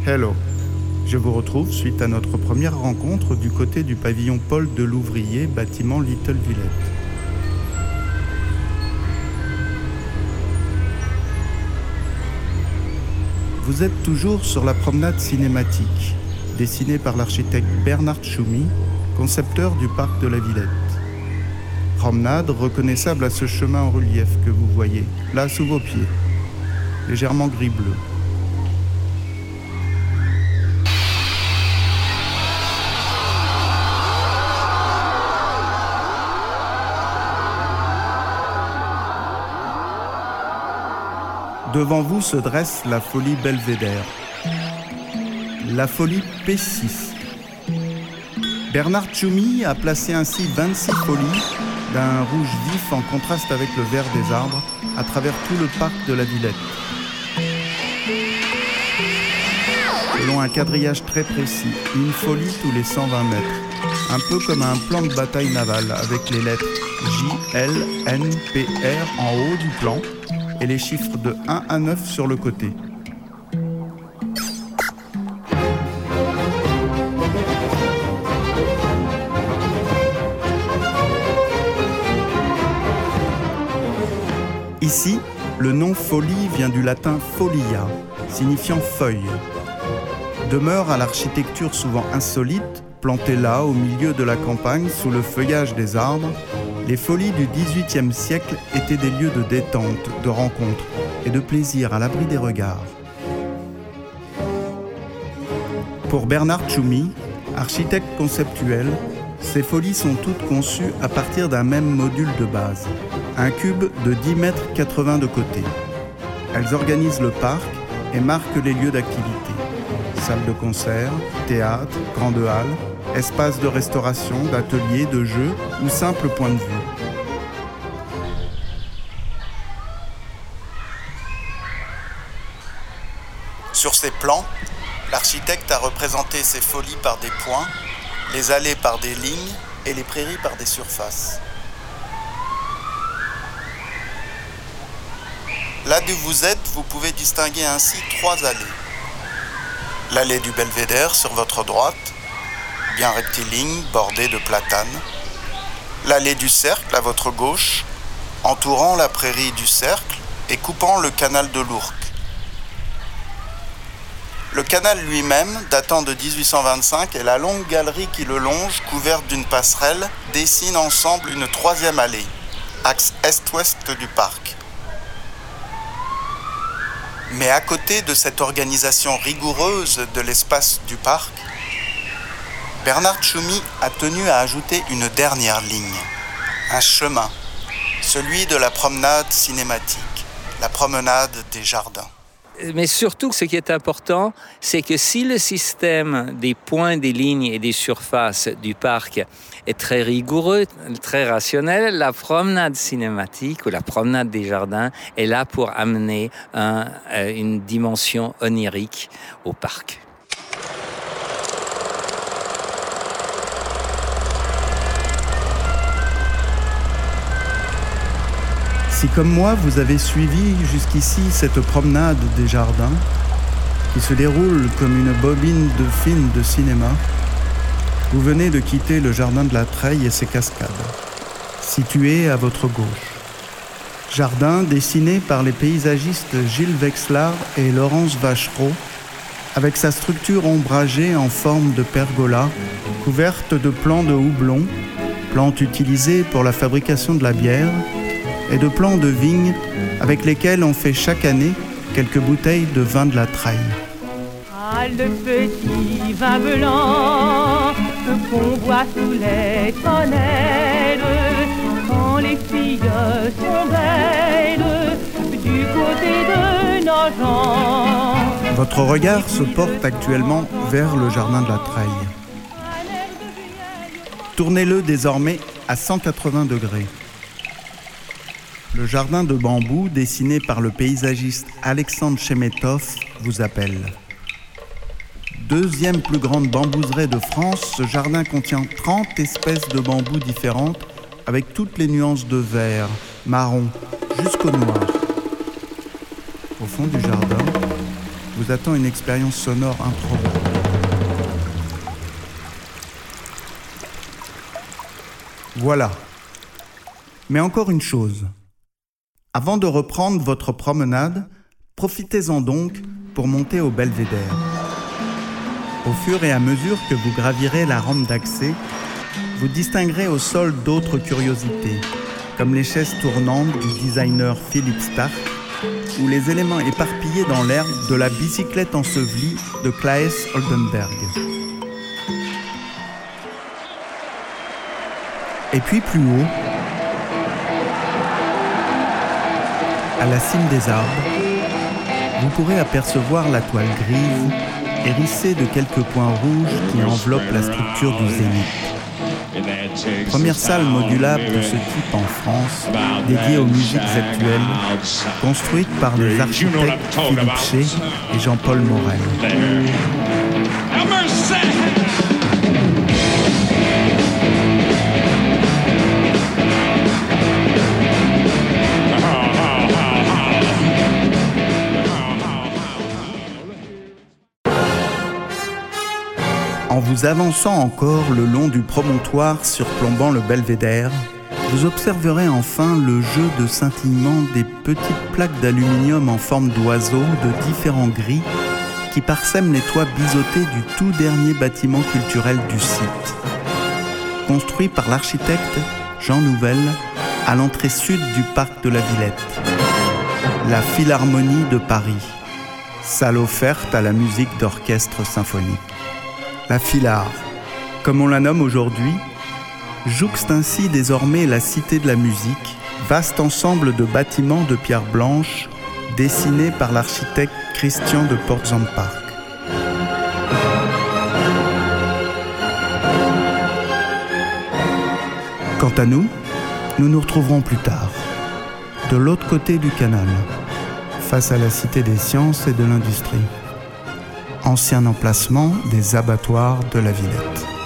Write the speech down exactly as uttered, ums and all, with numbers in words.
Hello. Je vous retrouve suite à notre première rencontre du côté du pavillon Paul de Louvrier, bâtiment Little Villette. Vous êtes toujours sur la promenade cinématique, dessinée par l'architecte Bernard Tchoumi, concepteur du parc de la Villette. Promenade reconnaissable à ce chemin en relief que vous voyez, là sous vos pieds, légèrement gris-bleu. Devant vous se dresse la folie belvédère, la folie P six. Bernard Tchoumi a placé ainsi vingt-six folies d'un rouge vif en contraste avec le vert des arbres à travers tout le parc de la Villette. Selon un quadrillage très précis, une folie tous les cent vingt mètres, un peu comme un plan de bataille navale avec les lettres J, L, N, P, R en haut du plan et les chiffres de un à neuf sur le côté. Ici, le nom folie vient du latin folia, signifiant feuille. Demeure à l'architecture souvent insolite, plantée là au milieu de la campagne sous le feuillage des arbres, les folies du dix-huitième siècle étaient des lieux de détente, de rencontre et de plaisir à l'abri des regards. Pour Bernard Tchoumi, architecte conceptuel, ces folies sont toutes conçues à partir d'un même module de base, un cube de dix mètres quatre-vingts de côté. Elles organisent le parc et marquent les lieux d'activité. Salle de concert, théâtre, grande halle, espace de restauration, d'atelier, de jeux ou simple point de vue. Sur ces plans, l'architecte a représenté ces folies par des points, les allées par des lignes et les prairies par des surfaces. Là d'où vous êtes, vous pouvez distinguer ainsi trois allées. L'allée du Belvédère sur votre droite, bien rectiligne, bordée de platanes. L'allée du Cercle à votre gauche, entourant la prairie du Cercle et coupant le canal de l'Ourcq. Le canal lui-même, datant de dix-huit cent vingt-cinq, et la longue galerie qui le longe, couverte d'une passerelle, dessinent ensemble une troisième allée, axe est-ouest du parc. Mais à côté de cette organisation rigoureuse de l'espace du parc, Bernard Tchoumi a tenu à ajouter une dernière ligne, un chemin, celui de la promenade cinématique, la promenade des jardins. Mais surtout, ce qui est important, c'est que si le système des points, des lignes et des surfaces du parc est très rigoureux, très rationnel, la promenade cinématique ou la promenade des jardins est là pour amener un, une dimension onirique au parc. Si comme moi, vous avez suivi jusqu'ici cette promenade des jardins, qui se déroule comme une bobine de film de cinéma, vous venez de quitter le jardin de la Treille et ses cascades, situé à votre gauche. Jardin dessiné par les paysagistes Gilles Vexlar et Laurence Vachereau, avec sa structure ombragée en forme de pergola, couverte de plants de houblon, plantes utilisées pour la fabrication de la bière, et de plants de vigne avec lesquels on fait chaque année quelques bouteilles de vin de la Treille. Ah, le petit vin blanc qu'on boit sous les tonnelles, quand les filles sont belles du côté de Nogent. Votre regard se porte actuellement vers le jardin de la Treille. Tournez-le désormais à cent quatre-vingts degrés. Le jardin de bambou, dessiné par le paysagiste Alexandre Chemetov, vous appelle. Deuxième plus grande bambouseraie de France, ce jardin contient trente espèces de bambous différentes avec toutes les nuances de vert, marron, jusqu'au noir. Au fond du jardin, vous attend une expérience sonore improbable. Voilà. Mais encore une chose. Avant de reprendre votre promenade, profitez-en donc pour monter au belvédère. Au fur et à mesure que vous gravirez la rampe d'accès, vous distinguerez au sol d'autres curiosités, comme les chaises tournantes du designer Philippe Starck ou les éléments éparpillés dans l'herbe de la bicyclette ensevelie de Claes Oldenberg. Et puis plus haut, à la cime des arbres, vous pourrez apercevoir la toile grise hérissée de quelques points rouges qui enveloppent la structure du Zénith. Première salle modulable de ce type en France, dédiée aux musiques actuelles, construite par les architectes Philippe Chez et Jean-Paul Morel. En vous avançant encore le long du promontoire surplombant le belvédère, vous observerez enfin le jeu de scintillement des petites plaques d'aluminium en forme d'oiseau de différents gris qui parsèment les toits biseautés du tout dernier bâtiment culturel du site. Construit par l'architecte Jean Nouvel à l'entrée sud du parc de la Villette. La Philharmonie de Paris, salle offerte à la musique d'orchestre symphonique. La Philhar, comme on la nomme aujourd'hui, jouxte ainsi désormais la Cité de la musique, vaste ensemble de bâtiments de pierre blanche dessinés par l'architecte Christian de Port-Zandpark. Quant à nous, nous nous retrouverons plus tard, de l'autre côté du canal, face à la Cité des sciences et de l'industrie. Ancien emplacement des abattoirs de la Villette.